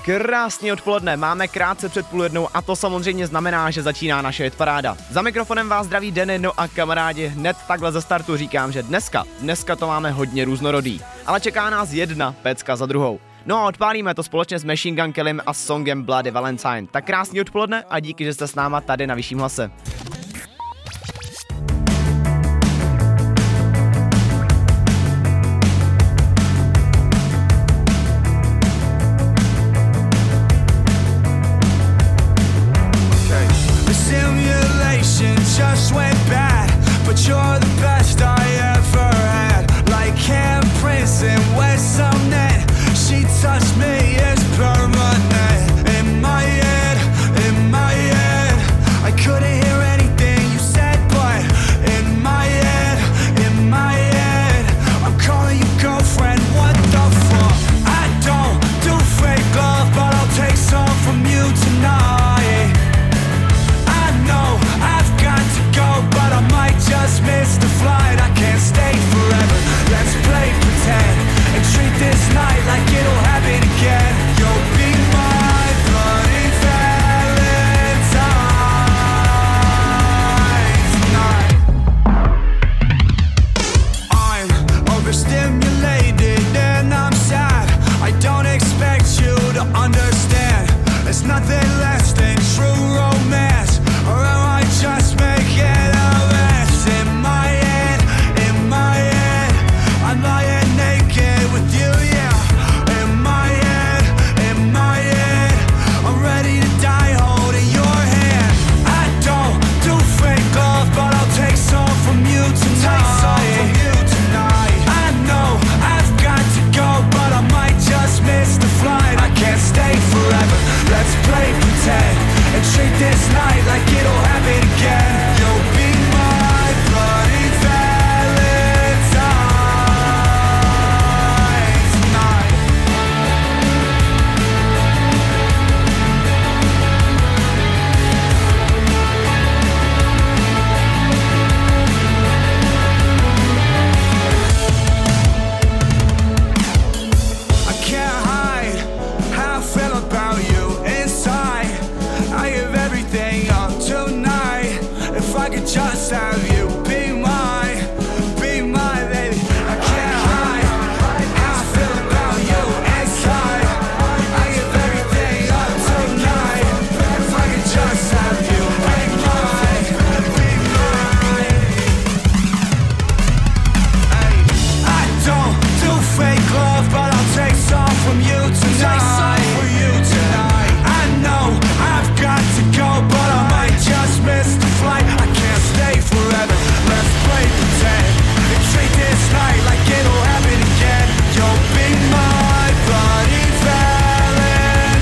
Krásný odpoledne, máme krátce před 12:30 a to samozřejmě znamená, že začíná naše hitparáda. Za mikrofonem vás zdraví Denny, no a kamarádi, hned takhle ze startu říkám, že dneska to máme hodně různorodý, ale čeká nás jedna pecka za druhou. No a odpálíme to společně s Machine Gun Kellym a songem Bloody Valentine. Tak krásný odpoledne a díky, že jste s náma tady na Vyšším hlase. Just went bad, but you're the best I ever had. Like handprints and wet cement, she touched me, it's permanent. In my head, I couldn't hear anything you said, but in my head, I'm calling you girlfriend, what the fuck? I don't do fake love, but I'll take some from you tonight. I know I've got to go, but I might just miss the flight. I can't stay forever. Let's play pretend and treat this night like it'll happen again. You'll be my bloody Valentine tonight. I'm overstimulated and I'm sad. I don't expect you to understand. There's nothing less than true romance, or am I just making a mess? In my head, I'm lying naked with you, yeah. In my head, I'm ready to die holding your hand. I don't do fake love, but I'll take some from you tonight. I know I've got to go, but I might just miss the flight. I can't stay forever. Let's play pretend and treat this night like it'll happen again. You'll be my bloody Valentine tonight. I can't hide how I feel about you inside. I give everything up tonight. If I could just have you be mine, baby. I can't hide how I feel about you inside. I give everything up tonight. If I could just have you be mine. Hey, I don't do fake love, but I'll take some from you tonight. I know I've got to go, but I might just miss the flight. I can't stay forever. Let's play pretend and treat this night like it'll happen again. You'll be my bloody Valentine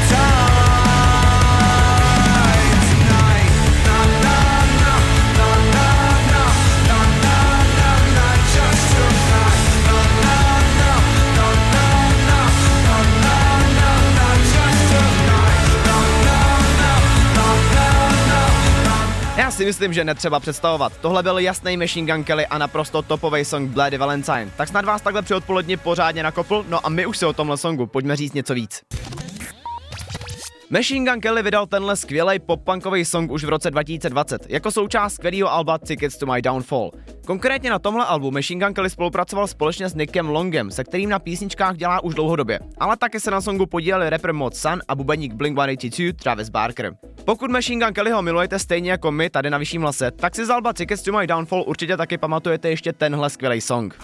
tonight. Na na na na na na na na na na, just tonight. Na na na na na na na na na na, just tonight. Na na na na na na. Já si myslím, že netřeba představovat. Tohle byl jasný Machine Gun Kelly a naprosto topový song Bloody Valentine. Tak snad vás takhle při odpoledni pořádně nakopl, no a my už si o tomhle songu pojďme říct něco víc. Machine Gun Kelly vydal tenhle skvělej pop-punkový song už v roce 2020, jako součást skvělého alba Tickets to My Downfall. Konkrétně na tomhle albu Machine Gun Kelly spolupracoval společně s Nickem Longem, se kterým na písničkách dělá už dlouhodobě, ale taky se na songu podíleli rapper Mod Sun a bubeník Blink-182 Travis Barker. Pokud Machine Gun Kellyho milujete stejně jako my tady na Vyšším hlase, tak si z alba Tickets to My Downfall určitě taky pamatujete ještě tenhle skvělej song.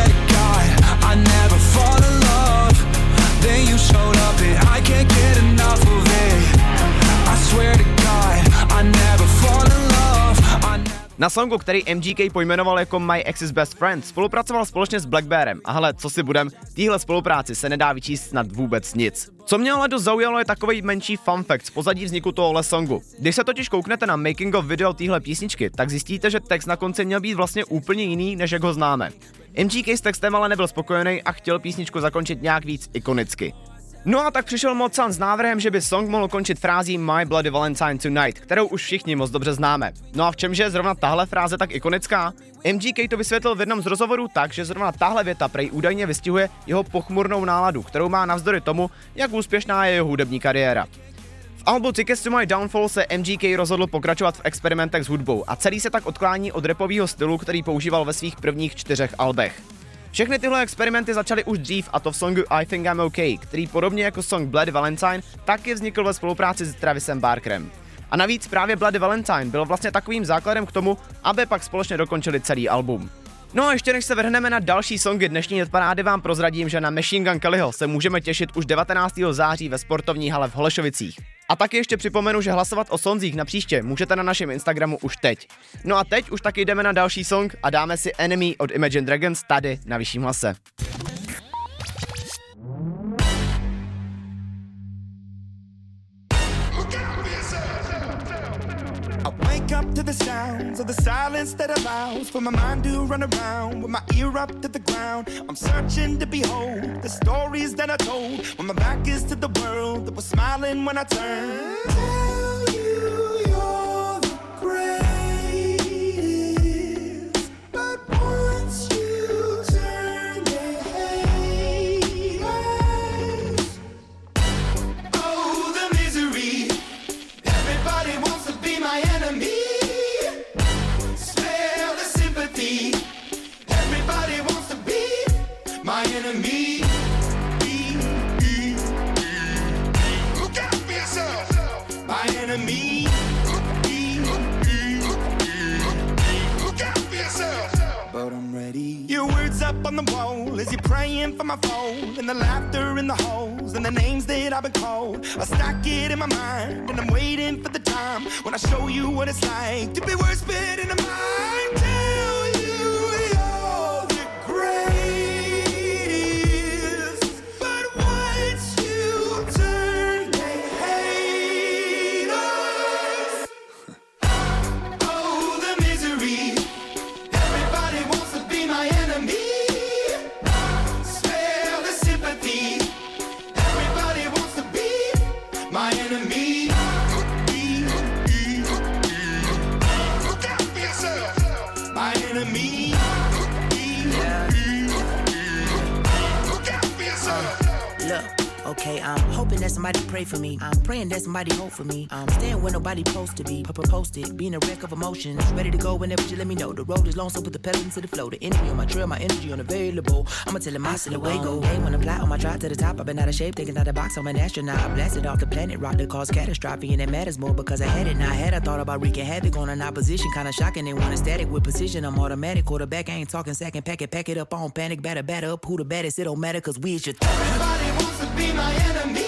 Then you showed up and I can't get enough of it. I swear to God, I never fall in love. Na songu, který MGK pojmenoval jako My Ex's Best Friend, spolupracoval společně s Black Bearem a hele, co si budem, téhle spolupráci se nedá vyčíst snad vůbec nic. Co mě ale dost zaujalo je takový menší fun fact z pozadí vzniku tohohle songu. Když se totiž kouknete na making of video téhle písničky, tak zjistíte, že text na konci měl být vlastně úplně jiný, než jak ho známe. MGK s textem ale nebyl spokojený a chtěl písničku zakončit nějak víc ikonicky. No a tak přišel Mocan s návrhem, že by song mohl končit frází My Bloody Valentine Tonight, kterou už všichni moc dobře známe. No a v čemže je zrovna tahle fráze tak ikonická? MGK to vysvětlil v jednom z rozhovorů tak, že zrovna tahle věta prej údajně vystihuje jeho pochmurnou náladu, kterou má navzdory tomu, jak úspěšná je jeho hudební kariéra. V albu Tickets to My Downfall se MGK rozhodl pokračovat v experimentech s hudbou a celý se tak odklání od rapového stylu, který používal ve svých prvních 4 albech. Všechny tyhle experimenty začaly už dřív, a to v songu I Think I'm OK, který podobně jako song Bloody Valentine taky vznikl ve spolupráci s Travisem Barkerem. A navíc právě Bloody Valentine byl vlastně takovým základem k tomu, aby pak společně dokončili celý album. No a ještě než se vrhneme na další songy dnešní hitparády, vám prozradím, že na Machine Gun Kellyho se můžeme těšit už 19. září ve sportovní hale v Holešovicích. A taky ještě připomenu, že hlasovat o sonzích na příště můžete na našem Instagramu už teď. No a teď už taky jdeme na další song a dáme si Enemy od Imagine Dragons tady na Vyšším hlase. Up to the sounds of the silence that allows for my mind to run around with my ear up to the ground. I'm searching to behold the stories that I told when my back is to the world that was smiling when I turned. Tell you you're the greatest, but once you turn they hate us. Oh, the misery. Everybody wants to be my enemy. My enemy. Look out for yourself. My enemy. Look out for yourself. But I'm ready. Your words up on the wall as you're praying for my phone, and the laughter in the holes and the names that I've been called. I stack it in my mind and I'm waiting for the time when I show you what it's like to be worse fit in the mind. Tell you you're the greatest. Okay, I'm hoping that somebody pray for me. I'm praying that somebody hope for me. I'm staying where nobody supposed to be. Posted, being a wreck of emotions. Ready to go whenever you let me know. The road is long, so put the pedal into the flow. The energy on my trail, my energy unavailable. I'ma tell it my silhouette go. Hey, when I fly on my drive to the top, I've been out of shape, thinking out the box. I'm an astronaut. I blasted off the planet, rock that caused catastrophe, and it matters more because I had it. Now I had I thought about wreaking havoc on an opposition, kinda shocking. They want a static with precision. I'm automatic, quarterback. I ain't talking second pack it up on panic, batter up. Who the baddest? It don't matter, cause we is your everybody wants to be my enemy.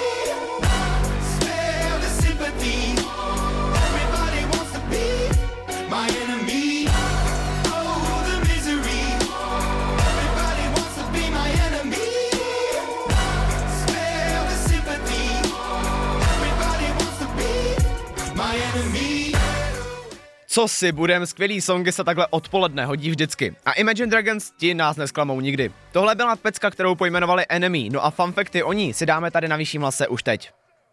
Everybody wants to be my enemy. Oh, the misery. Everybody wants to be my enemy. Spare the sympathy. Everybody wants to be my enemy. Co si budem, skvělý songy se takhle odpoledne hodí vždycky. A Imagine Dragons ti nás nesklamou nikdy. Tohle byla pecka, kterou pojmenovali Enemy, no a fun facty o ní si dáme tady na Vyšším hlase už teď.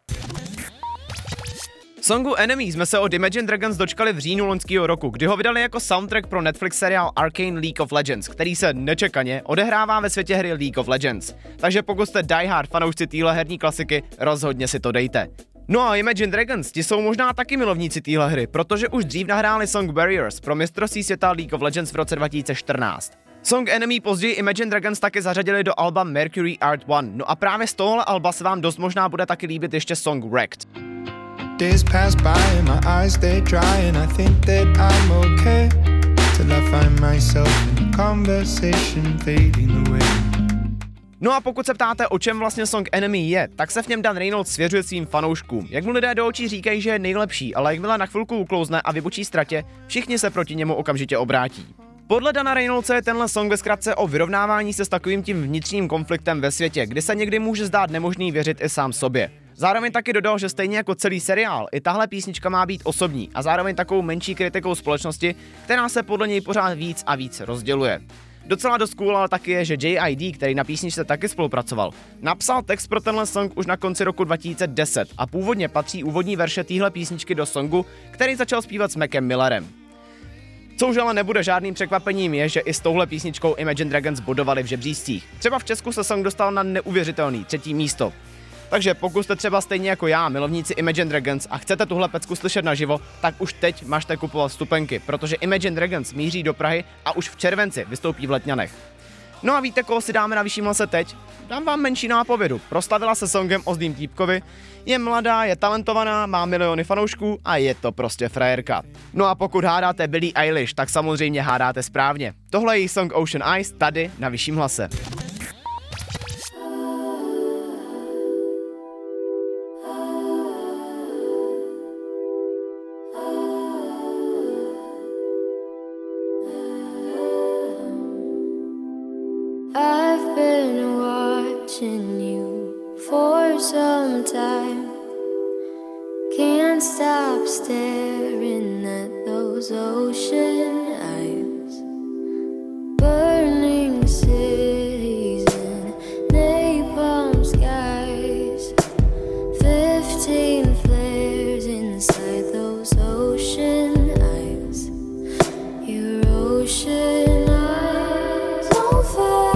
Songu Enemy jsme se od Imagine Dragons dočkali v říjnu loňského roku, kdy ho vydali jako soundtrack pro Netflix seriál Arcane League of Legends, který se nečekaně odehrává ve světě hry League of Legends. Takže pokud jste diehard fanoušci téhle herní klasiky, rozhodně si to dejte. No a Imagine Dragons, ti jsou možná taky milovníci téhle hry, protože už dřív nahráli song Barriers pro mistrovství světa League of Legends v roce 2014. Song Enemy později Imagine Dragons taky zařadili do alba Mercury Art 1, no a právě z tohohle alba se vám dost možná bude taky líbit ještě song Wrecked. Days pass by and my eyes stay dry and I think that I'm okay till I find myself in a conversation fading away. No a pokud se ptáte, o čem vlastně song Enemy je, tak se v něm Dan Reynolds svěřuje svým fanouškům. Jak mu lidé do očí říkají, že je nejlepší, ale jakmile na chvilku uklouzne a vybočí ztratě, všichni se proti němu okamžitě obrátí. Podle Dana Reynoldse je tenhle song ve zkratce o vyrovnávání se s takovým tím vnitřním konfliktem ve světě, kdy se někdy může zdát nemožný věřit i sám sobě. Zároveň taky dodal, že stejně jako celý seriál, i tahle písnička má být osobní a zároveň takovou menší kritikou společnosti, která se podle něj pořád víc a víc rozděluje. Docela dost cool ale taky je, že J.I.D., který na písničce taky spolupracoval, napsal text pro tenhle song už na konci roku 2010 a původně patří úvodní verše téhle písničky do songu, který začal zpívat s Macem Millerem. Co už ale nebude žádným překvapením je, že i s touhle písničkou Imagine Dragons bodovali v žebříčcích. Třeba v Česku se song dostal na neuvěřitelný 3. místo. Takže pokud jste třeba stejně jako já milovníci Imagine Dragons a chcete tuhle pecku slyšet naživo, tak už teď máte kupovat vstupenky, protože Imagine Dragons míří do Prahy a už v červenci vystoupí v Letňanech. No a víte, koho si dáme na vyšším hlase teď? Dám vám menší nápovědu. Proslavila se songem o zlým týpkovi, je mladá, je talentovaná, má miliony fanoušků a je to prostě frajerka. No a pokud hádáte Billie Eilish, tak samozřejmě hádáte správně. Tohle je její song Ocean Eyes tady na vyšším hlase. I've been watching you for some time. Can't stop staring at those ocean eyes. Burning cities and napalm skies. 15 flares inside those ocean eyes. Your ocean eyes on fire.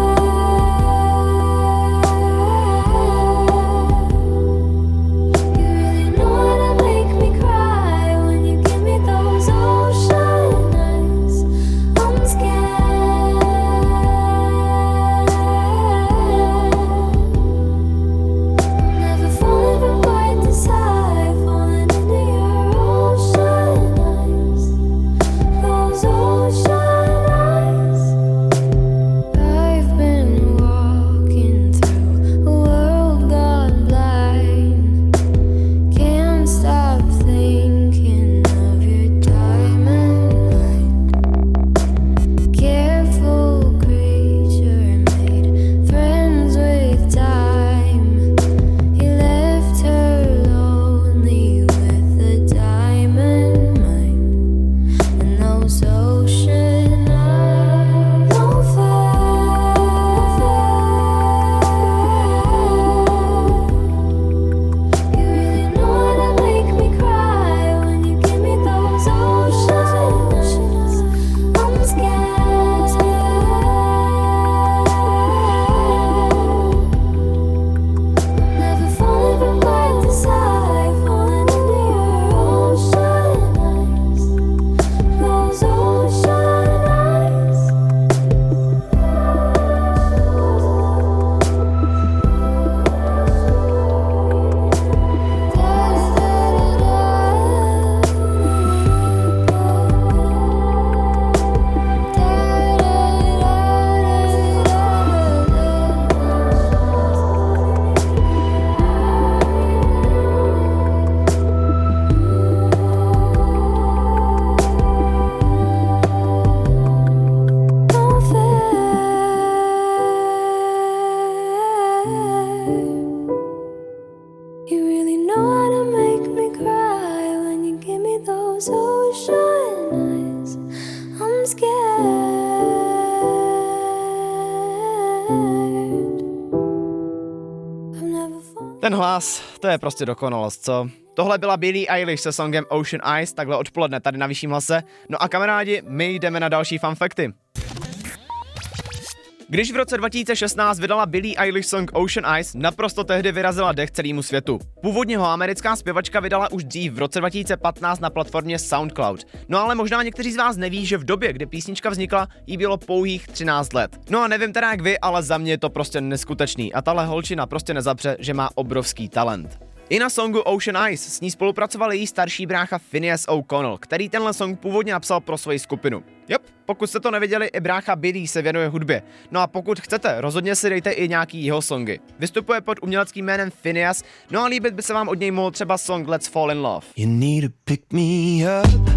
Ten hlas, to je prostě dokonalost, co? Tohle byla Billie Eilish se songem Ocean Eyes, takhle odpoledne tady na vyšším hlase. No a kamarádi, my jdeme na další fun facty. Když v roce 2016 vydala Billie Eilish song Ocean Eyes, naprosto tehdy vyrazila dech celému světu. Původně ho americká zpěvačka vydala už dřív, v roce 2015 na platformě SoundCloud. No ale možná někteří z vás neví, že v době, kdy písnička vznikla, jí bylo pouhých 13 let. No a nevím teda jak vy, ale za mě je to prostě neskutečný a tahle holčina prostě nezapře, že má obrovský talent. I na songu Ocean Eyes s ní spolupracoval její starší brácha Phineas O'Connell, který tenhle song původně napsal pro svoji skupinu. Jop, pokud jste to nevěděli, i brácha Billy se věnuje hudbě. No a pokud chcete, rozhodně si dejte i nějaký jeho songy. Vystupuje pod uměleckým jménem Phineas, no a líbit by se vám od něj mohl třeba song Let's Fall in Love. You need to pick me up.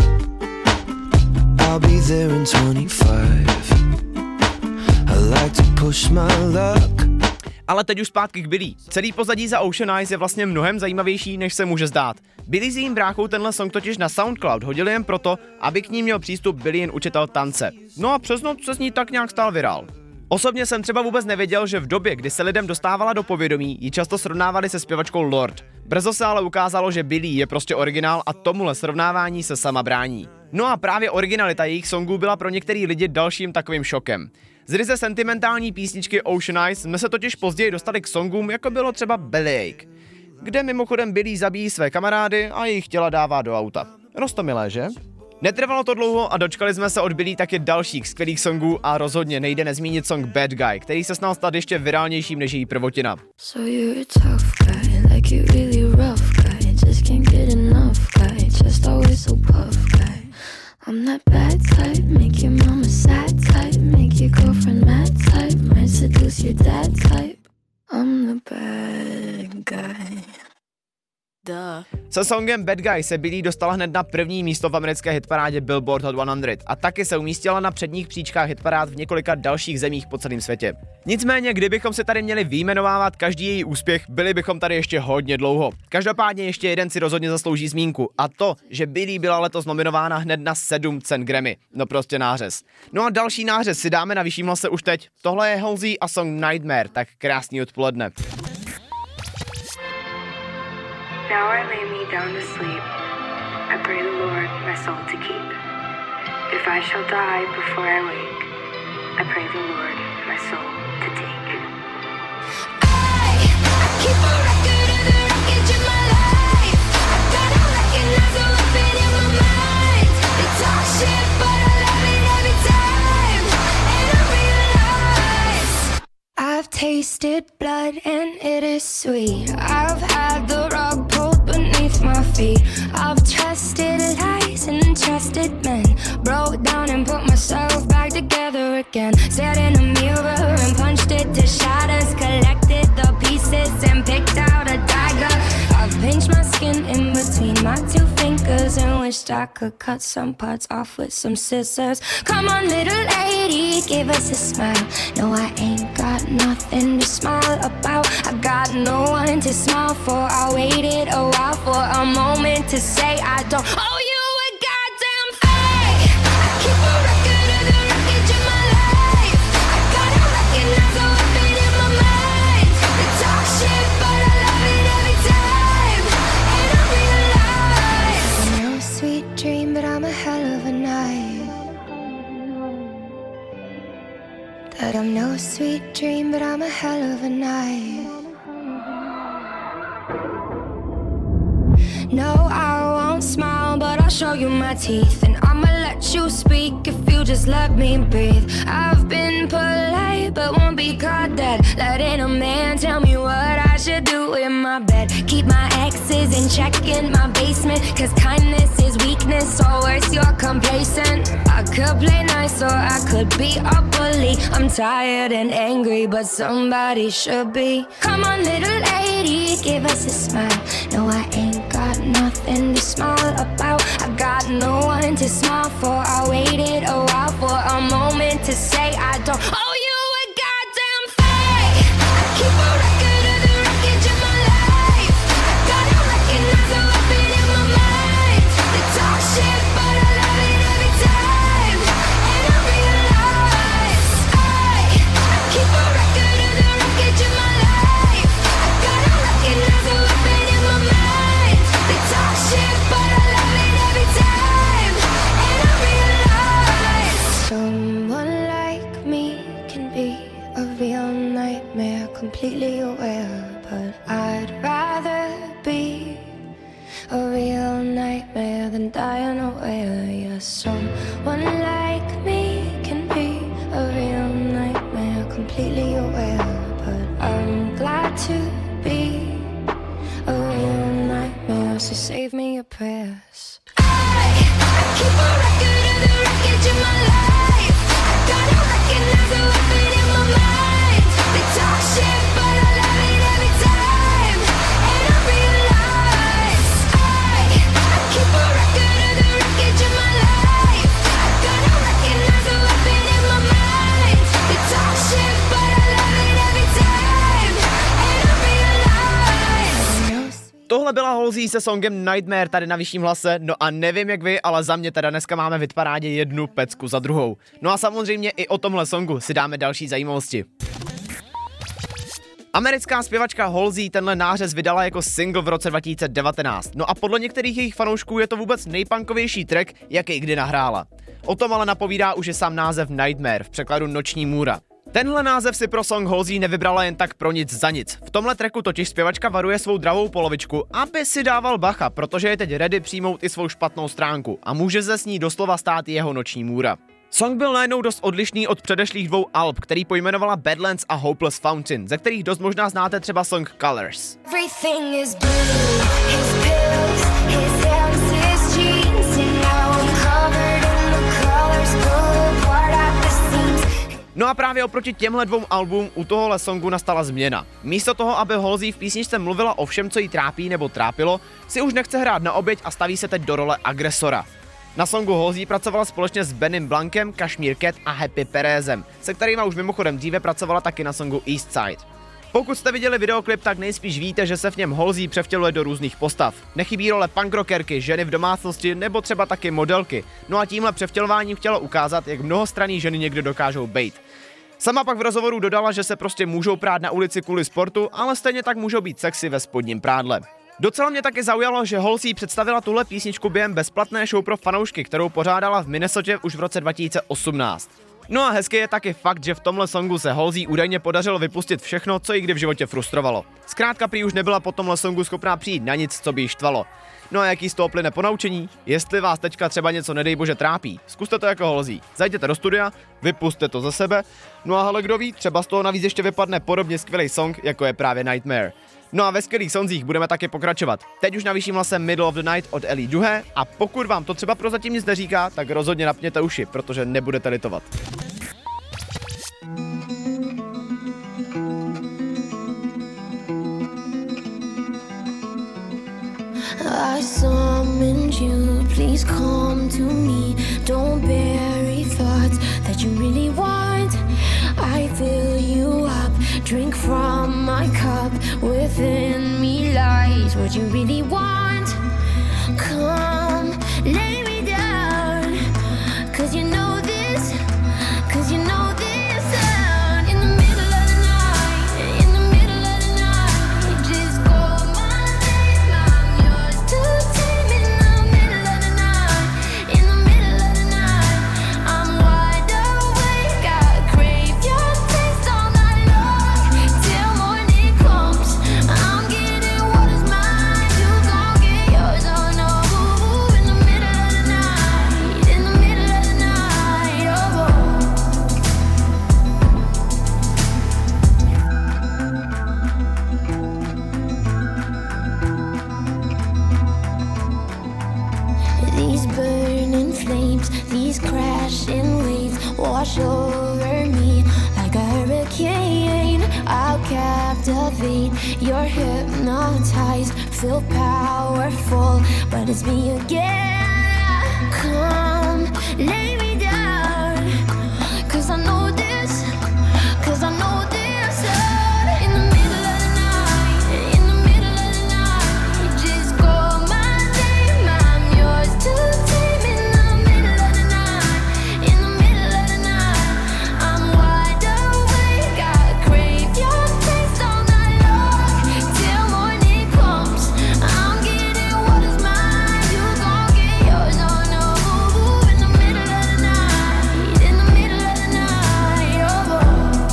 I'll be there in 25. I like to push my luck. Ale teď už zpátky k Billie. Celý pozadí za Ocean Eyes je vlastně mnohem zajímavější, než se může zdát. Billie s jejím bráchou tenhle song totiž na SoundCloud hodili jen proto, aby k ní měl přístup Billien učitel tance. No a přes noc se s ní tak nějak stal virál. Osobně jsem třeba vůbec nevěděl, že v době, kdy se lidem dostávala do povědomí, ji často srovnávali se zpěvačkou Lorde. Brzo se ale ukázalo, že Billie je prostě originál a tomuhle srovnávání se sama brání. No a právě originalita jejich songů byla pro některý lidi dalším takovým šokem. Z ryze sentimentální písničky Ocean Eyes jsme se totiž později dostali k songům, jako bylo třeba Bellyache, kde mimochodem Billie zabíjí své kamarády a jejich těla dává do auta. Roztomilé, že? Netrvalo to dlouho a dočkali jsme se od Billie taky dalších skvělých songů a rozhodně nejde nezmínit song Bad Guy, který se snal stát ještě virálnějším než její prvotina. So you're a tough guy, like you really rough guy, just can't get enough guy, just always so puff guy. I'm that bad type, make your mama sad type, make your girlfriend mad type, might seduce your dad type. I'm the bad guy. Se songem Bad Guy se Billie dostala hned na první místo v americké hitparádě Billboard Hot 100 a taky se umístila na předních příčkách hitparád v několika dalších zemích po celém světě. Nicméně, kdybychom si tady měli vyjmenovávat každý její úspěch, byli bychom tady ještě hodně dlouho. Každopádně ještě jeden si rozhodně zaslouží zmínku, a to, že Billie byla letos nominována hned na 7 cen Grammy. No prostě nářez. No a další nářez si dáme na vyšším hlase už teď. Tohle je Halsey a song Nightmare, tak krásný odpoledne. Now I lay me down to sleep. I pray the Lord my soul to keep. If I shall die before I wake, I pray the Lord my soul to take. I keep a record of the wreckage of my life. I gotta recognize the weapon in my mind. They talk shit, but I love it every time. And I realize I've tasted blood and it is sweet. I've had the rug pulled beneath my feet. I've trusted lies and trusted men. Broke down and put myself back together again. Stared in a mirror and punched it to shatters. Collected the pieces and picked out a dagger. I've pinched my skin in between my two fingers and wished I could cut some parts off with some scissors. Come on, little lady, give us a smile. No, I ain't got nothing to smile about. I got no one to smile for. I waited a while for a moment to say I don't owe you a goddamn thing. I keep a record of the wreckage of my life. I gotta recognize the weapon in my mind. They talk shit, but I love it every time. And I realize I'm no sweet dream, but I'm a hell of a night. That I'm no sweet dream, but I'm a hell of a night. No, I won't smile, but I'll show you my teeth. And I'ma let you speak if you just let me breathe. I've been polite, but won't be caught dead. Letting a man tell me what I should do in my bed. Keep my exes in check in my basement, cause kindness is weakness, or worse, you're complacent. I could play nice or I could be a bully. I'm tired and angry, but somebody should be. Come on, little lady, give us a smile. No, I ain't got nothing to smile about. I got no one to smile for. I waited a while for a moment to say I don't owe you a goddamn thing. I keep a record of the wreckage of my life. I gotta recognize the weapon in my mind. They talk shit, but I love it every time. And I realize I keep a record of the wreckage of my life. I gotta recognize the weapon in my mind. They talk shit, but I love it every time. And I realize someone like me can be a real nightmare, completely aware. But I'd rather be a real nightmare than die unaware. Yeah, someone like me can be a real nightmare, completely aware. But I'm glad to be a real nightmare, so save me your prayers. I keep a record of the wreckage of my life. I gotta recognize the weapon in my mind. They talk shit, but I love it every time. And I realize I keep a record of the wreckage of my life. I gotta recognize the weapon in my mind. They talk shit, but I love it every time. Tohle byla Halsey se songem Nightmare tady na vyšším hlase, no a nevím jak vy, ale za mě teda dneska máme v hitparádě jednu pecku za druhou. No a samozřejmě i o tomhle songu si dáme další zajímavosti. Americká zpěvačka Halsey tenhle nářez vydala jako single v roce 2019, no a podle některých jejich fanoušků je to vůbec nejpunkovější track, jaký kdy nahrála. O tom ale napovídá už i sám název Nightmare, v překladu Noční můra. Tenhle název si pro song Halsey nevybrala jen tak pro nic za nic. V tomhle tracku totiž zpěvačka varuje svou dravou polovičku, aby si dával bacha, protože je teď ready přijmout i svou špatnou stránku a může se s ní doslova stát jeho noční můra. Song byl najednou dost odlišný od předešlých dvou alb, který pojmenovala Badlands a Hopeless Fountain, ze kterých dost možná znáte třeba song Colors. No a právě oproti těmhle dvou albům u tohohle songu nastala změna. Místo toho, aby Halsey v písničce mluvila o všem, co jí trápí nebo trápilo, si už nechce hrát na oběť a staví se teď do role agresora. Na songu Halsey pracovala společně s Benem Blankem, Kashmir Cat a Happy Perezem, se kterýma už mimochodem dříve pracovala taky na songu East Side. Pokud jste viděli videoklip, tak nejspíš víte, že se v něm Halsey převtěluje do různých postav. Nechybí role punkrockerky, ženy v domácnosti nebo třeba taky modelky. No a tímhle převtělováním chtěla ukázat, jak mnohostranný ženy někdo dokážou bejt. Sama pak v rozhovoru dodala, že se prostě můžou prát na ulici kvůli sportu, ale stejně tak můžou být sexy ve spodním prádle. Docela mě taky zaujalo, že Halsey představila tuhle písničku během bezplatné show pro fanoušky, kterou pořádala v Minnesotě už v roce 2018. No a hezky je taky fakt, že v tomhle songu se Halsey údajně podařilo vypustit všechno, co jí kdy v životě frustrovalo. Zkrátka prý už nebyla po tomhle songu schopná přijít na nic, co by jí štvalo. No a jaký z toho plyne ponaučení? Jestli vás teďka třeba něco nedej bože trápí, zkuste to jako Halsey. Zajděte do studia, vypuste to ze sebe, no a hele kdo ví, třeba z toho navíc ještě vypadne podobně skvělý song, jako je právě Nightmare. No a ve skvělých sonzích budeme taky pokračovat. Teď už na vyšším hlase Middle of the Night od Ellie Duhe a pokud vám to třeba prozatím nic neříká, tak rozhodně napněte uši, protože nebudete litovat. I summoned you, please come to me. Don't bury thoughts that you really want. I fill you up, drink from my cup. Within me lies what you really want. Come, lay me down, 'cause you know this, 'cause you know this. In the middle of the night, in the middle of the night, just call my name, I'm yours to tame. In the middle of the night, in the middle of the night, I'm wide awake, I crave your taste all night long, till morning comes. I'm getting what is mine, you gon' get yours, oh no. In the middle of the night, in the middle of the night, oh. These burning flames, these crashing waves wash over me like a hurricane. I'll captivate, you're hypnotized, feel powerful, but it's me again. Come, lay me down, 'cause I know this, 'cause I know this. In the middle of the night, in the middle of the night, just call my name, I'm yours to tame. In the middle of the night, in the middle of the night, I'm wide awake, I crave your taste all night long, till morning comes. I'm getting what is mine, you gon' get yours, oh no. In the middle of the night, in the middle of the night, oh.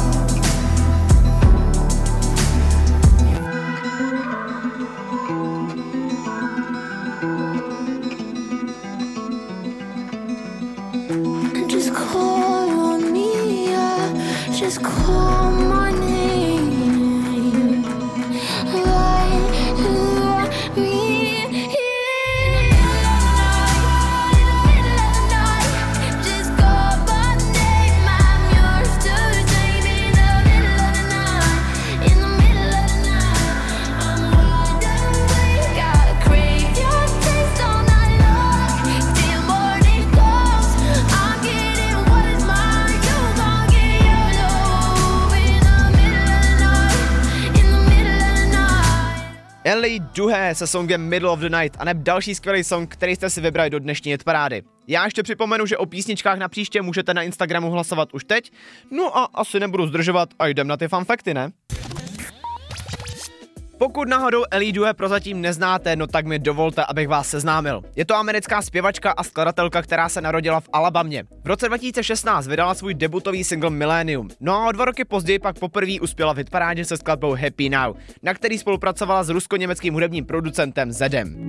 Just call on me, yeah. Just call my name. Light me in the middle of the night. Just call my name, I'm yours to tame. In the middle of the night, in the middle of the night, I'm wide awake, I crave your taste all night long, till morning comes. I'm getting what is mine, you gon' get yours, oh. In the middle of the night, in the middle of the night. Ellie Duhé se songem Middle of the Night a neb další skvělý song, který jste si vybrali do dnešní hitparády. Já ještě připomenu, že o písničkách na příště můžete na Instagramu hlasovat už teď, no a asi nebudu zdržovat a jdem na ty fanfakty, ne? Pokud náhodou Ellie Duhé prozatím neznáte, no tak mi dovolte, abych vás seznámil. Je to americká zpěvačka a skladatelka, která se narodila v Alabamě. V roce 2016 vydala svůj debutový single Millennium, no a o 2 roky později pak poprvé uspěla v hitparádě se skladbou Happy Now, na který spolupracovala s rusko-německým hudebním producentem Zedem.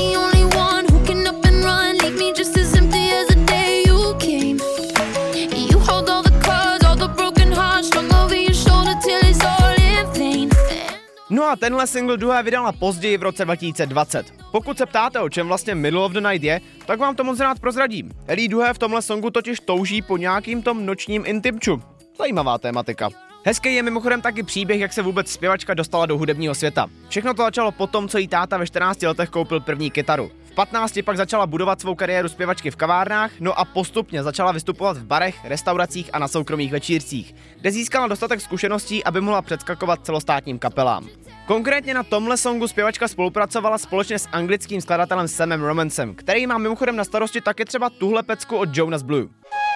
No a tenhle single Duhé vydala později v roce 2020. Pokud se ptáte, o čem vlastně Middle of the Night je, tak vám to moc rád prozradím. Ellie Duhé v tomhle songu totiž touží po nějakým tom nočním intimču. Zajímavá tématika. Hezký je mimochodem taky příběh, jak se vůbec zpěvačka dostala do hudebního světa. Všechno to začalo potom, co jí táta ve 14 letech koupil první kytaru. V 15 pak začala budovat svou kariéru zpěvačky v kavárnách, no a postupně začala vystupovat v barech, restauracích a na soukromých večírcích, kde získala dostatek zkušeností, aby mohla předskakovat celostátním kapelám. Konkrétně na tomhle songu zpěvačka spolupracovala společně s anglickým skladatelem Samem Romancem, který má mimochodem na starosti taky třeba tuhle pecku od Jonas Blue.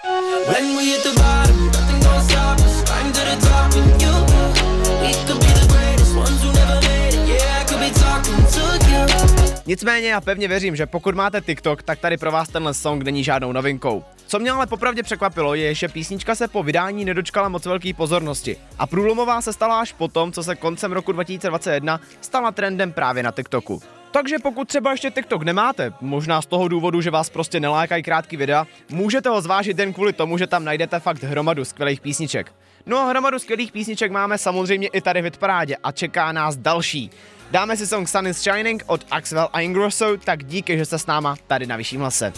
Nicméně já pevně věřím, že pokud máte TikTok, tak tady pro vás tenhle song není žádnou novinkou. Co mě ale popravdě překvapilo je, že písnička se po vydání nedočkala moc velké pozornosti a průlomová se stala až potom, co se koncem roku 2021 stala trendem právě na TikToku. Takže pokud třeba ještě TikTok nemáte, možná z toho důvodu, že vás prostě nelákají krátký videa, můžete ho zvážit jen kvůli tomu, že tam najdete fakt hromadu skvělých písniček. No a hromadu skvělých písniček máme samozřejmě i tady v hitparádě a čeká nás další. Dáme si song Sun is Shining od Axwell a Ingrosso, tak díky, že jste s náma tady na Vyšším hlase.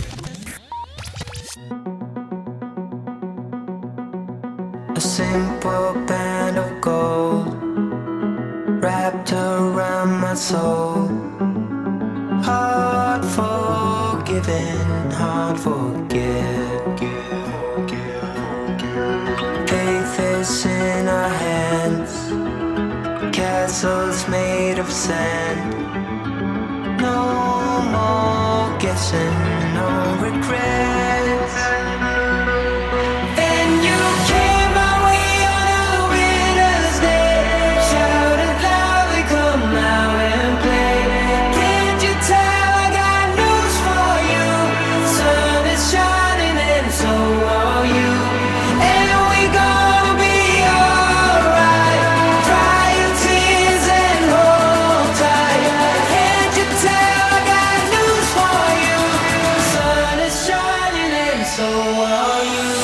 A simple band of gold wrapped around my soul. Hard forgiven, hard forget. Faith is in our hands, castles made of sand. No more guessing, no regrets. And you came my way on a winter's day, shouted loudly, come out and play. Can't you tell I got news for you? Sun is shining and so are you. And we gonna be alright. Dry your tears and hold tight. Can't you tell I got news for you? Sun is shining and so are you.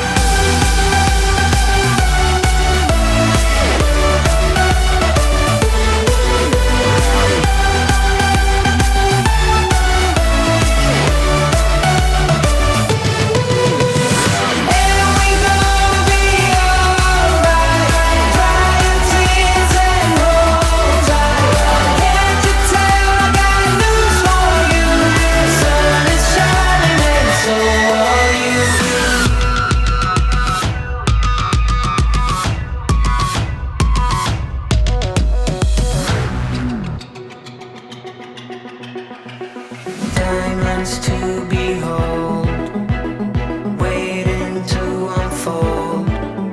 Diamonds to behold, waiting to unfold.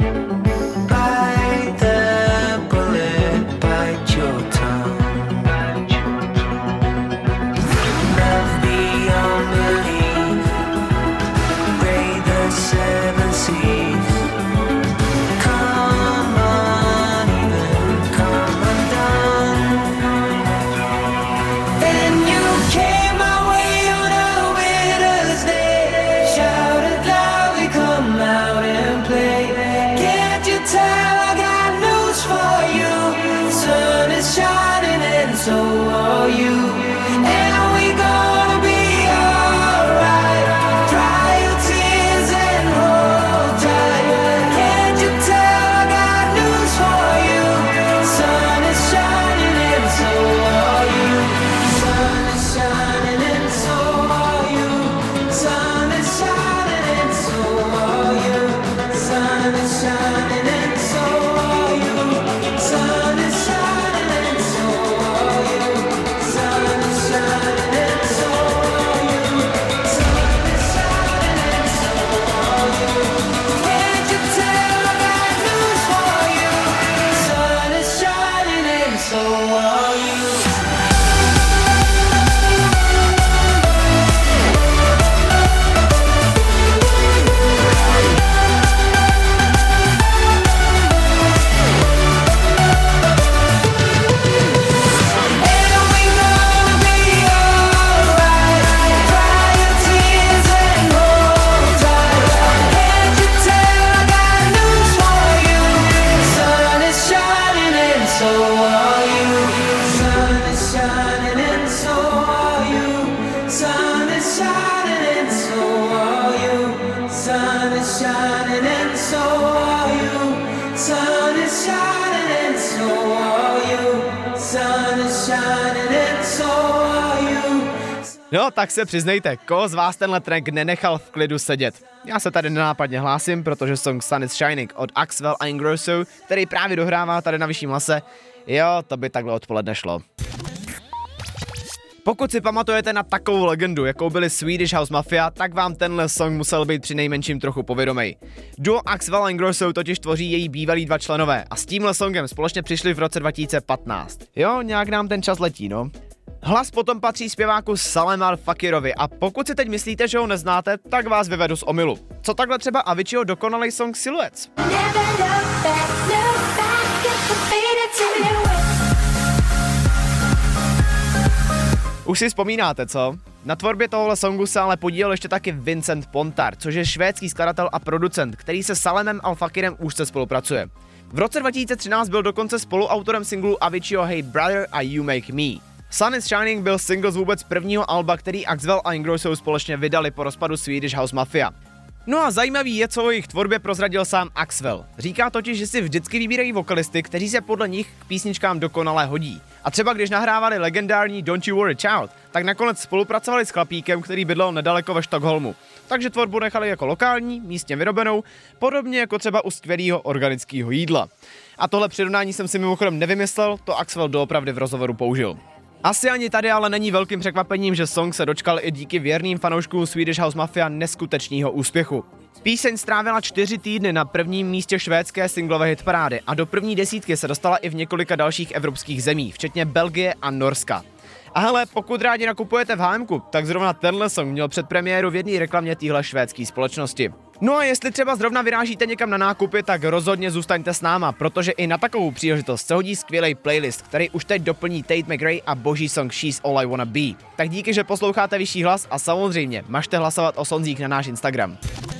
Bite the bullet, bite your tongue. Love beyond belief, braid the 7 seas. Come uneven, come undone. And you came my way on a winter's day. No, tak se přiznejte, koho z vás tenhle track nenechal v klidu sedět? Já se tady nenápadně hlásím, protože song Sun is Shining od Axwell a Ingrosso, který právě dohrává tady na vyšším hlase, jo, to by takhle odpoledne šlo. Pokud si pamatujete na takovou legendu, jakou byli Swedish House Mafia, tak vám tenhle song musel být přinejmenším trochu povědomej. Duo Axwell a Ingrosso totiž tvoří její bývalí dva členové a s tímhle songem společně přišli v roce 2015. Jo, nějak nám ten čas letí, no. Hlas potom patří zpěváku Salem Al Fakirovi a pokud si teď myslíte, že ho neznáte, tak vás vyvedu z omylu. Co takhle třeba Aviciiho dokonalý song Silhouettes? Už si vzpomínáte, co? Na tvorbě tohohle songu se ale podílel ještě taky Vincent Pontar, což je švédský skladatel a producent, který se Salemem Al Fakirem úzce spolupracuje. V roce 2013 byl dokonce spoluautorem singlu Aviciiho Hey Brother a You Make Me. Sun is Shining byl single z vůbec prvního alba, který Axwell a Ingrosso společně vydali po rozpadu Swedish House Mafia. No a zajímavý je, co o jejich tvorbě prozradil sám Axwell. Říká totiž, že si vždycky vybírají vokalisty, kteří se podle nich k písničkám dokonale hodí. A třeba když nahrávali legendární Don't You Worry Child, tak nakonec spolupracovali s chlapíkem, který bydlel nedaleko ve Stockholmu. Takže tvorbu nechali jako lokální, místně vyrobenou, podobně jako třeba u skvělého organického jídla. A tohle přirovnání jsem si mimochodem nevymyslel, to Axwell doopravdy v rozhovoru použil. Asi ani tady ale není velkým překvapením, že song se dočkal i díky věrným fanouškům Swedish House Mafia neskutečného úspěchu. Píseň strávila 4 týdny na prvním místě švédské singlové hitparády a do první desítky se dostala i v několika dalších evropských zemí, včetně Belgie a Norska. A hele, pokud rádi nakupujete v H&Mku, tak zrovna tenhle song měl předpremiéru v jedné reklamě téhle švédské společnosti. No a jestli třeba zrovna vyrážíte někam na nákupy, tak rozhodně zůstaňte s náma, protože i na takovou příležitost se hodí skvělý playlist, který už teď doplní Tate McRae a boží song She's All I Wanna Be. Tak díky, že posloucháte Vyšší hlas a samozřejmě mažte hlasovat o sonzích na náš Instagram.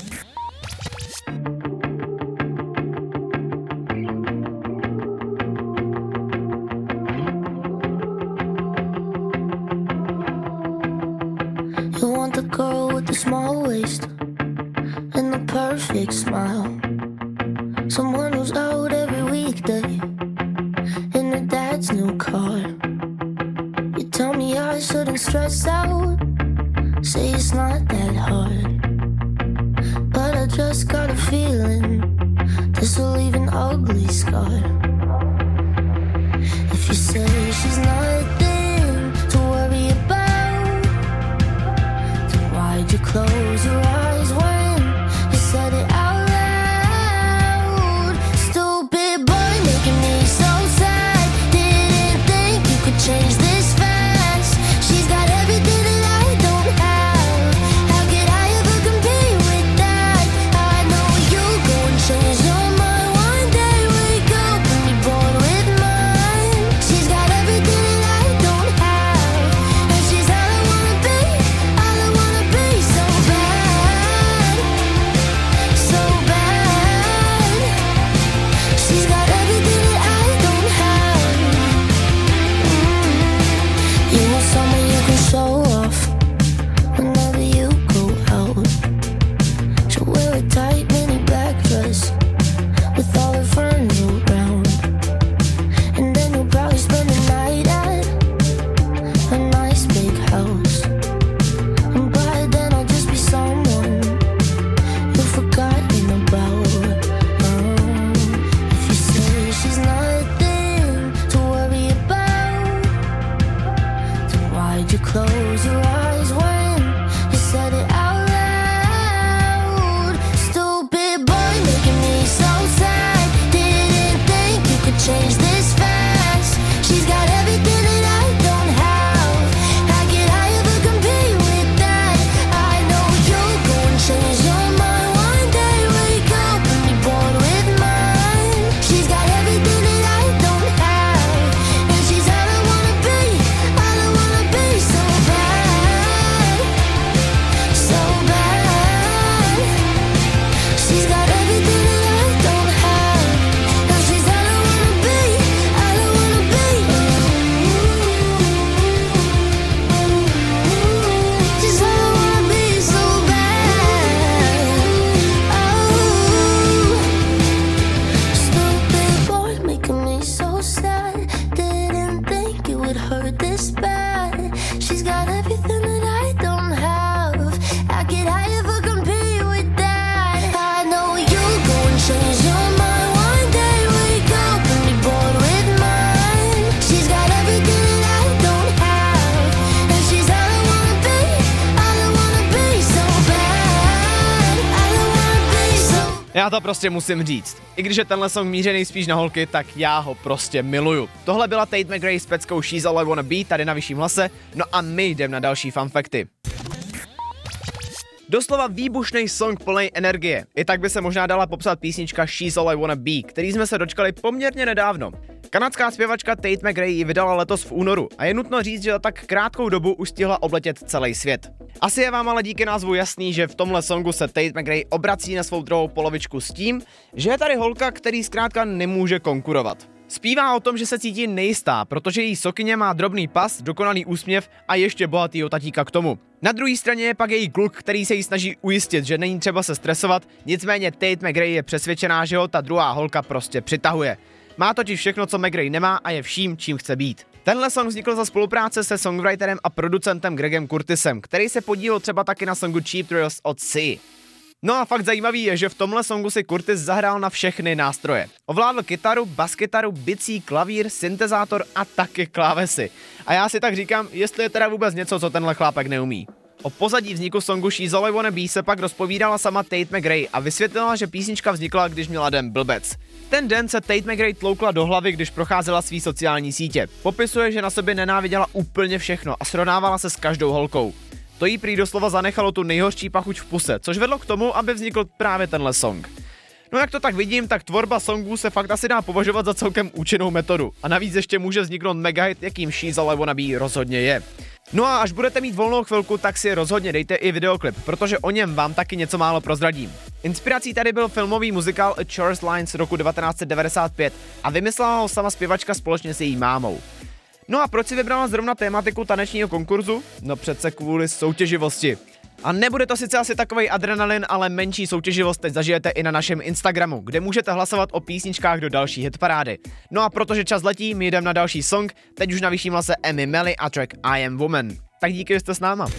You want the girl with the small waist and the perfect smile. Someone who's out every weekday in her dad's new car. You tell me I shouldn't stress out, say it's not that hard. But I just got a feeling this will leave an ugly scar. If you say she's nothing to worry about, then why'd you close your eyes when you said it out loud? Stupid boy making me so sad. Didn't think you could change this fast. She's got everything that I don't have. How could I ever compete with that? I know you go and change your mind one day. Wake up and be born with mine. She's got everything that I Já to prostě musím říct. I když je tenhle song mířený spíš na holky, tak já ho prostě miluju. Tohle byla Tate McRae s peckou She's All I Wanna Be tady na vyšším hlase, no a my jdem na další funfakty. Doslova výbušný song plný energie. I tak by se možná dala popsat písnička She's All I Wanna Be, který jsme se dočkali poměrně nedávno. Kanadská zpěvačka Tate McRae ji vydala letos v únoru a je nutno říct, že za tak krátkou dobu už stihla obletět celý svět. Asi je vám ale díky názvu jasný, že v tomhle songu se Tate McRae obrací na svou druhou polovičku s tím, že je tady holka, který zkrátka nemůže konkurovat. Zpívá o tom, že se cítí nejistá, protože její sokyně má drobný pas, dokonalý úsměv a ještě bohatýho tatíka k tomu. Na druhé straně je pak její kluk, který se jí snaží ujistit, že není třeba se stresovat, nicméně Tate McRae je přesvědčená, že ho ta druhá holka prostě přitahuje. Má totiž všechno, co McRae nemá a je vším, čím chce být. Tenhle song vznikl za spolupráce se songwriterem a producentem Gregem Curtisem, který se podílel třeba taky na songu Cheap Thrills od Sea. No a fakt zajímavý je, že v tomhle songu si Curtis zahrál na všechny nástroje. Ovládl kytaru, baskytaru, bicí, klavír, syntezátor a taky klávesy. A já si tak říkám, jestli je teda vůbec něco, co tenhle chlápek neumí. O pozadí vzniku songu She's All I Wanna Be se pak rozpovídala sama Tate McRae a vysvětlila, že písnička vznikla, když měla den blbec. Ten den se Tate McRae tloukla do hlavy, když procházela svý sociální sítě. Popisuje, že na sobě nenáviděla úplně všechno a srovnávala se s každou holkou. To jí prý doslova zanechalo tu nejhorší pachuť v puse, což vedlo k tomu, aby vznikl právě tenhle song. No jak to tak vidím, tak tvorba songů se fakt asi dá považovat za celkem účinnou metodu. A navíc ještě může vzniknout megahit, jakým She's All I Wanna Be rozhodně je. No a až budete mít volnou chvilku, tak si rozhodně dejte i videoklip, protože o něm vám taky něco málo prozradím. Inspirací tady byl filmový muzikál A Chorus Line z roku 1995 a vymyslela ho sama zpěvačka společně s její mámou. No a proč si vybrala zrovna tématiku tanečního konkurzu? No přece kvůli soutěživosti. A nebude to sice asi takovej adrenalin, ale menší soutěživost teď zažijete i na našem Instagramu, kde můžete hlasovat o písničkách do další hitparády. No a protože čas letí, my jdem na další song, teď už na vyšším hlase Emmy Melly a track I Am Woman. Tak díky, že jste s náma.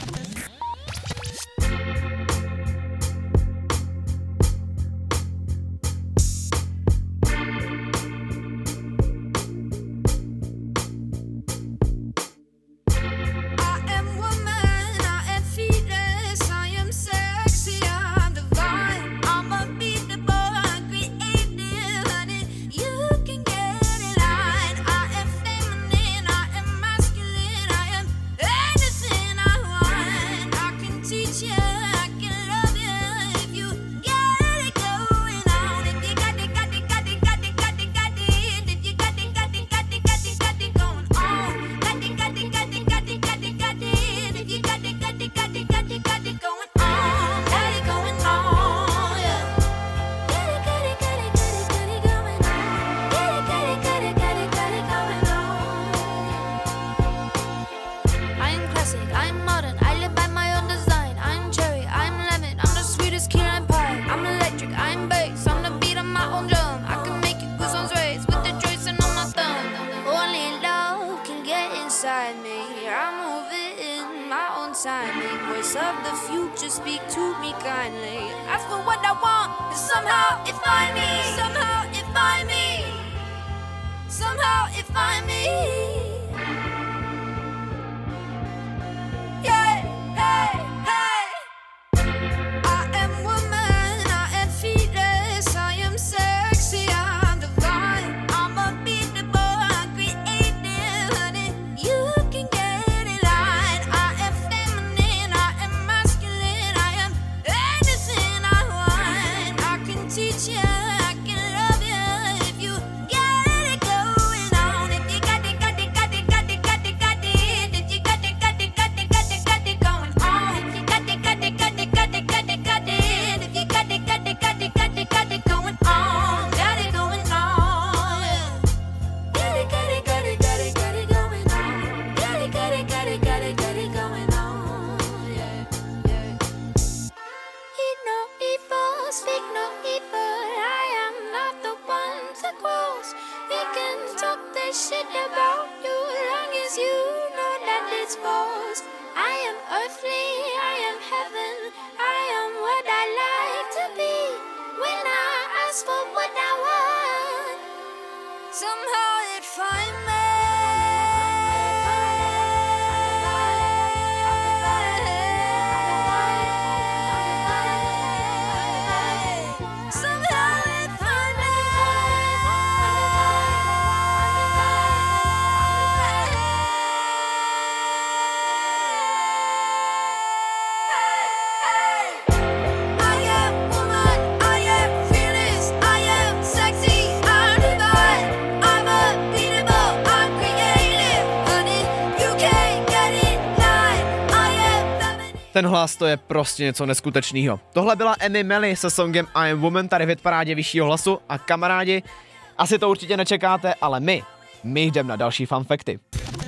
Voice of the future, speak to me kindly. Ask for what I want, and somehow it find me. Somehow it find me. Somehow it find me. Yeah, hey, hey. I am woman, I am fearless, I am sexy, I'm divine. I'm unbeatable, I'm creative, honey. You can get in line. I am feminine, I am masculine, I am anything I want. I can teach you, I can love you if you get it going on. If you got it, got it, got Ten hlas, to je prostě něco neskutečného. Tohle byla Amy Melly se songem I Am Woman tady v hitparádě vyššího hlasu a kamarádi, asi to určitě nečekáte, ale my jdeme na další fun facty.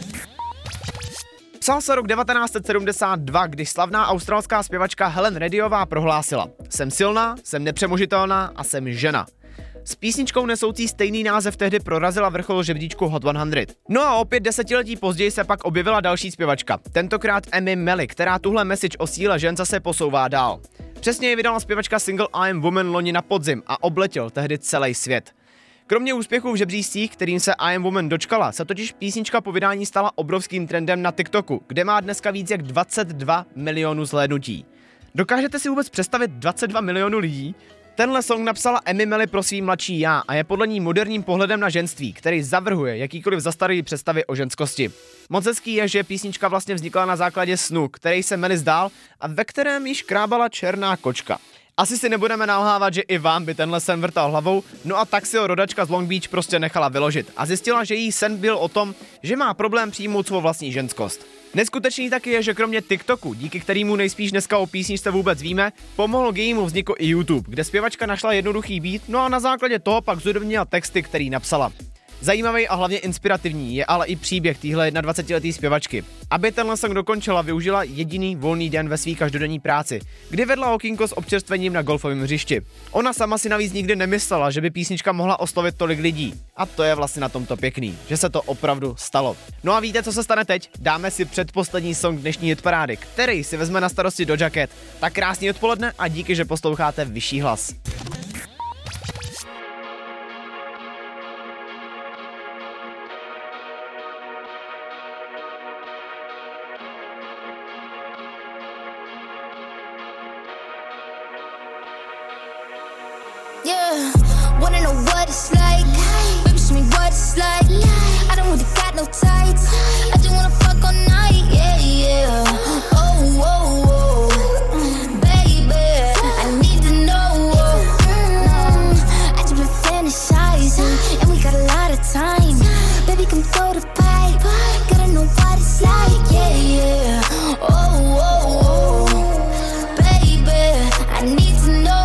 Psal se rok 1972, když slavná australská zpěvačka Helen Reddyová prohlásila: jsem silná, jsem nepřemožitelná a jsem žena. S písničkou nesoucí stejný název tehdy prorazila vrchol žebříčku Hot 100. No a opět desetiletí později se pak objevila další zpěvačka, tentokrát Amy Melly, která tuhle message o síle žen zase posouvá dál. Přesněji vydala zpěvačka single I Am Woman loni na podzim a obletěl tehdy celý svět. Kromě úspěchů v žebříčcích, kterým se I Am Woman dočkala, se totiž písnička po vydání stala obrovským trendem na TikToku, kde má dneska víc jak 22 milionů zhlédnutí. Dokážete si vůbec představit 22 milionů lidí? Tenhle song napsala Amy Melly pro svý mladší já a je podle ní moderním pohledem na ženství, který zavrhuje jakýkoliv zastaralý představy o ženskosti. Moc hezký je, že písnička vlastně vznikla na základě snu, který se Melly zdál a ve kterém již krábala černá kočka. Asi si nebudeme nalhávat, že i vám by tenhle sen vrtal hlavou, no a tak si ho rodačka z Long Beach prostě nechala vyložit a zjistila, že jí sen byl o tom, že má problém přijmout svou vlastní ženskost. Neskutečný taky je, že kromě TikToku, díky kterému nejspíš dneska o písničce vůbec víme, pomohl k jejímu vzniku i YouTube, kde zpěvačka našla jednoduchý beat, no a na základě toho pak zhudobnila texty, který napsala. Zajímavý a hlavně inspirativní je ale i příběh téhle 21letý zpěvačky. Aby tenhle song dokončila, využila jediný volný den ve své každodenní práci, kdy vedla okýnko s občerstvením na golfovém hřišti. Ona sama si navíc nikdy nemyslela, že by písnička mohla oslovit tolik lidí. A to je vlastně na tomto pěkný, že se to opravdu stalo. No a víte, co se stane teď? Dáme si předposlední song dnešní hitparády, který si vezme na starosti Doja Cat. Tak krásný odpoledne a díky, že posloucháte Vyšší hlas. Yeah, wanna know what it's like? Baby, show me what it's like. I don't really got no tights. I just wanna fuck all night. Yeah, yeah. Oh, oh, oh. Baby, I need to know. I just been fantasizing, and we got a lot of time. Baby, come throw the pipe. Gotta know what it's like. Yeah, yeah. Oh, oh, oh. Baby, I need to know.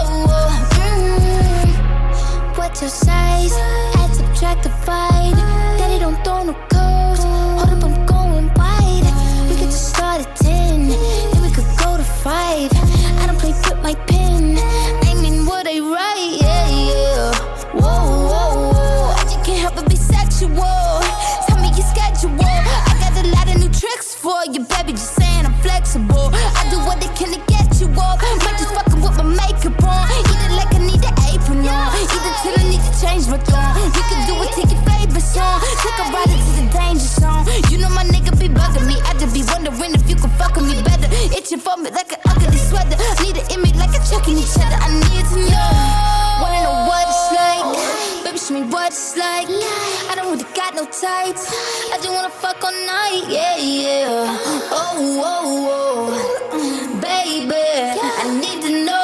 What's your size? Add, subtract, divide. Daddy don't throw no curves. Hold up, I'm going wide. We could just start at 10, then we could go to 5. I don't play with my pen. I mean what I write, yeah, yeah. Whoa, whoa, whoa. I just can't help but be sexual. Tell me your schedule. I got a lot of new tricks for you, baby. Just saying I'm flexible. I do what I can to get you off. Might just fucking with my makeup on. Eat it like I need an apron on. Till I need to change my tone. We can do it, take your favorite song. Take a ride into the danger zone. You know my nigga be bugging me. I just be wondering if you can fuck with me better. Itching for me like an ugly sweater. Need an image like a checking each other. I need to know. Wanna know what it's like? Baby, show me what it's like. I don't really got no tights. I just wanna fuck all night. Yeah, yeah. Oh, oh, oh. Baby, I need to know.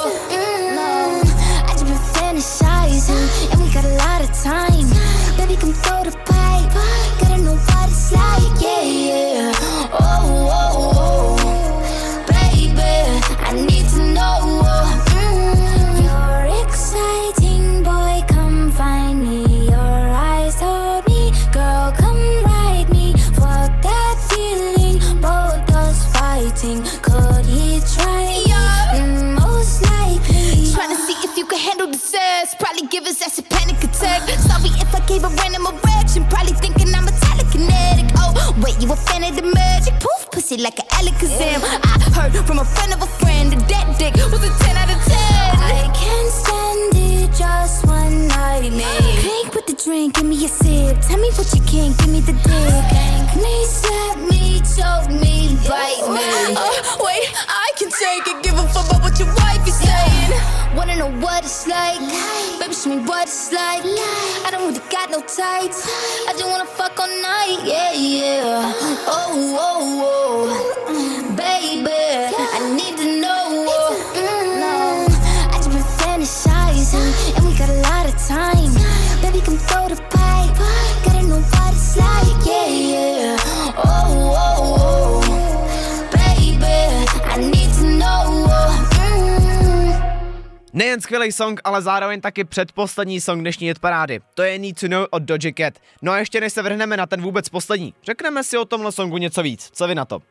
And we got a lot of time. Baby, come throw the pipe. Gotta know what it's like, yeah, yeah. Oh, oh, oh. Baby, I need to know. You're exciting, boy, come find me. Your eyes told me, girl, come ride me. Fuck that feeling, both us fighting. Could he try? Most likely. Trying to see if you can handle the sex. Probably give us that's a panic attack. Sorry if I gave a random erection. Probably thinking I'm a telekinetic. Oh, wait, you a fan of the magic? Poof, pussy like an Alakazam. I heard from a friend of a friend that dick was a 10 out of 10. I can't stand it, just one night, man. Drink with the drink, give me a sip. Tell me what you can, give me the dick. Thank me, slap me, choke me, bite me. Wait, I can take it, give a fuck about what your wife is saying. Wanna know what it's like? Baby, show me what it's like. I don't really got no tights. I just wanna fuck all night, yeah, yeah. Oh, oh, oh. Baby, I need to know. I just been fantasizing, and we got a lot of time. Baby, come throw the pipe. Gotta know what it's like, yeah, yeah. Oh, oh, oh. Baby, I need Nejen skvělý song, ale zároveň taky předposlední song dnešní hitparády. To je Need to Know od Doja Cat. No a ještě než se vrhneme na ten vůbec poslední, řekneme si o tomhle songu něco víc. Co vy na to?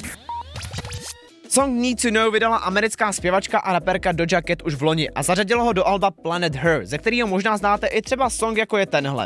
Song Need to Know vydala americká zpěvačka a raperka Doja Cat už v loni a zařadila ho do alba Planet Her, ze kterého možná znáte i třeba song jako je tenhle.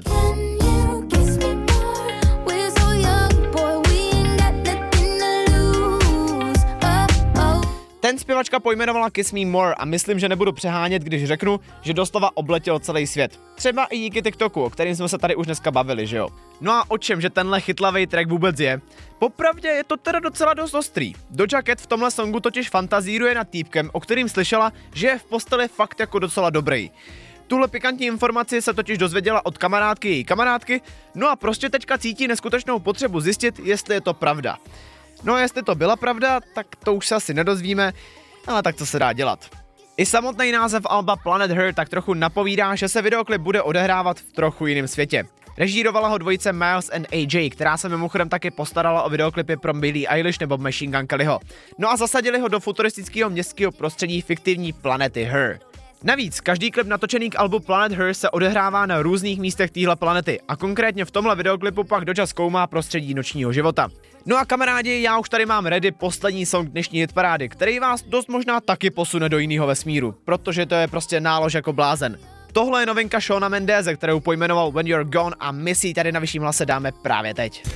Ten zpěvačka pojmenovala Kiss Me More a myslím, že nebudu přehánět, když řeknu, že doslova obletěl celý svět. Třeba i díky TikToku, o kterým jsme se tady už dneska bavili, že jo? No a o čem, že tenhle chytlavý track vůbec je? Popravdě je to teda docela dost ostrý. Doja Cat v tomhle songu totiž fantazíruje nad týpkem, o kterým slyšela, že je v posteli fakt jako docela dobrý. Tuhle pikantní informaci se totiž dozvěděla od kamarádky její kamarádky, no a prostě teďka cítí neskutečnou potřebu zjistit, jestli je to pravda. No a jestli to byla pravda, tak to už se asi nedozvíme, ale tak co se dá dělat. I samotný název alba Planet Her tak trochu napovídá, že se videoklip bude odehrávat v trochu jiném světě. Režírovala ho dvojice Miles and AJ, která se mimochodem taky postarala o videoklipy pro Billie Eilish nebo Machine Gun Kellyho. No a zasadili ho do futuristického městského prostředí fiktivní planety Her. Navíc, každý klip natočený k albu Planet Her se odehrává na různých místech téhle planety a konkrétně v tomhle videoklipu pak Doja zkoumá prostředí nočního života. No a kamarádi, já už tady mám ready poslední song dnešní hitparády, který vás dost možná taky posune do jiného vesmíru, protože to je prostě nálož jako blázen. Tohle je novinka Shawna Mendeze, kterou pojmenoval When You're Gone a my si ji tady na vyšším hlase dáme právě teď.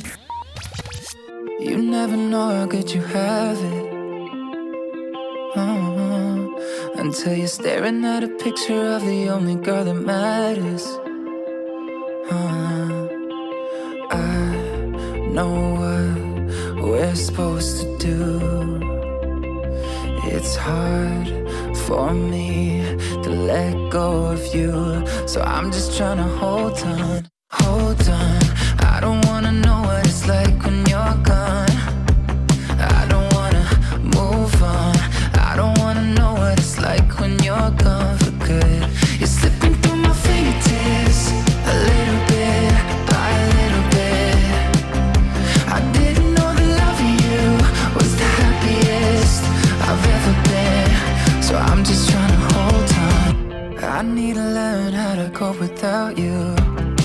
You never know how good you have it. Until you're staring at a picture of the only girl that matters. I know what we're supposed to do. It's hard for me to let go of you, so I'm just trying to hold on, hold on. I don't wanna know what it's like when you're gone. I don't wanna move on. I don't wanna know what it's like when you're gone for good. You're slipping through my fingertips a little bit by a little bit. I didn't know that loving you was the happiest I've ever been, so I'm just trying to hold on. I need to learn how to cope without you.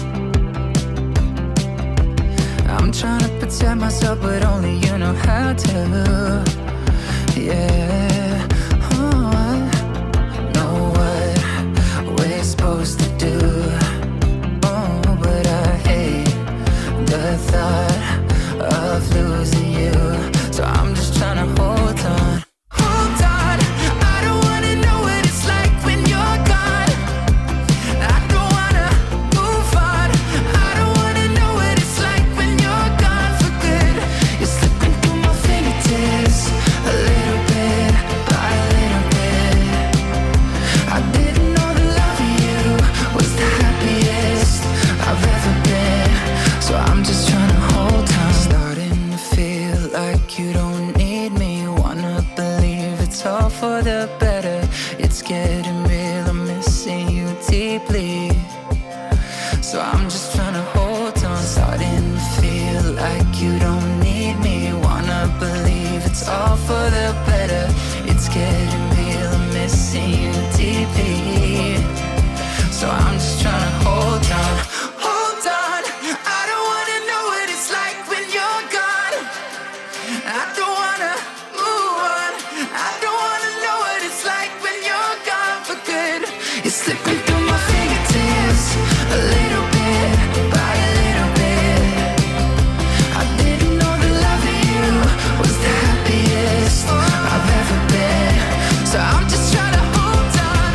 I'm trying to protect myself, but only you know how to. Yeah, oh, I know what we're supposed to do. Oh, but I hate the thought of losing you, so I'm just trying to hold on. Hold on, I don't wanna know what it's like when you're gone. I don't wanna move on. I don't wanna know what it's like when you're gone for good. You're slipping through my fingertips a little bit by a little bit. I didn't know that loving you was the happiest I've ever been, so I'm just trying to hold on. Starting to feel like you don't need me. Wanna believe it's all for the better. It's getting real, I'm missing you deeply, so I'm just trying to hold on. Starting to feel like you don't need me. Wanna believe it's all for the better. It's getting real, I'm missing you deeply, so I'm just trying to hold on. Hold on, I don't wanna know what it's like when you're gone. I don't wanna move on. I don't wanna know what it's like when you're gone for good. You're slipping through my fingertips a little bit by a little bit. I didn't know that loving you was the happiest I've ever been, so I'm just trying to hold on.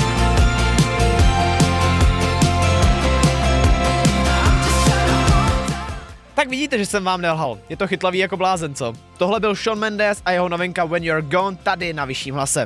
I'm just trying to hold on. Tak vidíte, že jsem vám nelhal. Je to chytlavý jako blázen, co? Tohle byl Shawn Mendes a jeho novinka When You're Gone tady na vyšším hlase.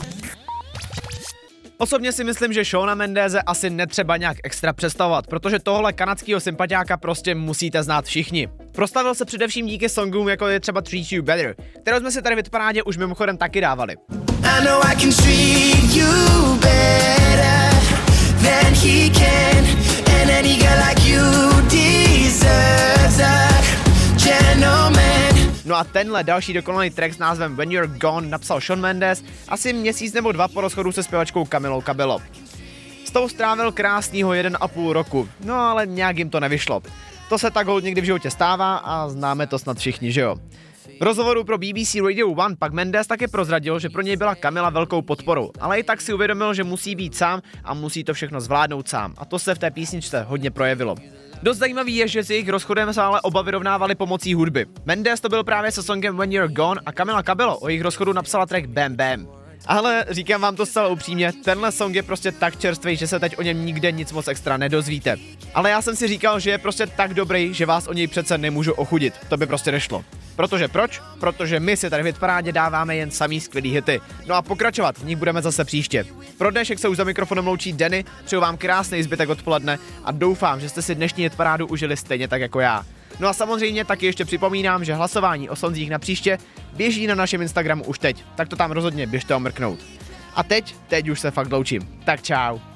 Osobně si myslím, že Shawna Mendeze asi netřeba nějak extra představovat, protože tohle kanadského sympatiáka prostě musíte znát všichni. Proslavil se především díky songům, jako je třeba Treat You Better, kterou jsme si tady v hitparádě už mimochodem taky dávali. I know I can treat you better than he can, and any girl like you deserves a gentleman. No a tenhle další dokonalý track s názvem When You're Gone napsal Shawn Mendes asi měsíc nebo 2 po rozchodu se zpěvačkou Camilou Cabello. S tou strávil krásnýho 1,5 roku, no ale nějak jim to nevyšlo. To se tak holt někdy v životě stává a známe to snad všichni, že jo? V rozhovoru pro BBC Radio 1 pak Mendes taky prozradil, že pro něj byla Camila velkou podporou, ale i tak si uvědomil, že musí být sám a musí to všechno zvládnout sám. A to se v té písničce hodně projevilo. Dost zajímavý je, že s jejich rozchodem se ale oba vyrovnávali pomocí hudby. Mendes to byl právě se songem When You're Gone a Camila Cabello o jejich rozchodu napsala track Bam Bam. Ale říkám vám to zcela upřímně, tenhle song je prostě tak čerstvý, že se teď o něm nikde nic moc extra nedozvíte. Ale já jsem si říkal, že je prostě tak dobrý, že vás o něj přece nemůžu ochudit. To by prostě nešlo. Protože proč? Protože my si tady v Hitparádě dáváme jen samý skvělý hity. No a pokračovat v nich budeme zase příště. Pro dnešek se už za mikrofonem loučí Denny, přeju vám krásný zbytek odpoledne a doufám, že jste si dnešní Hitparádu užili stejně tak jako já. No a samozřejmě taky ještě připomínám, že hlasování o sonzích na příště běží na našem Instagramu už teď, tak to tam rozhodně běžte omrknout. A teď už se fakt loučím. Tak čau.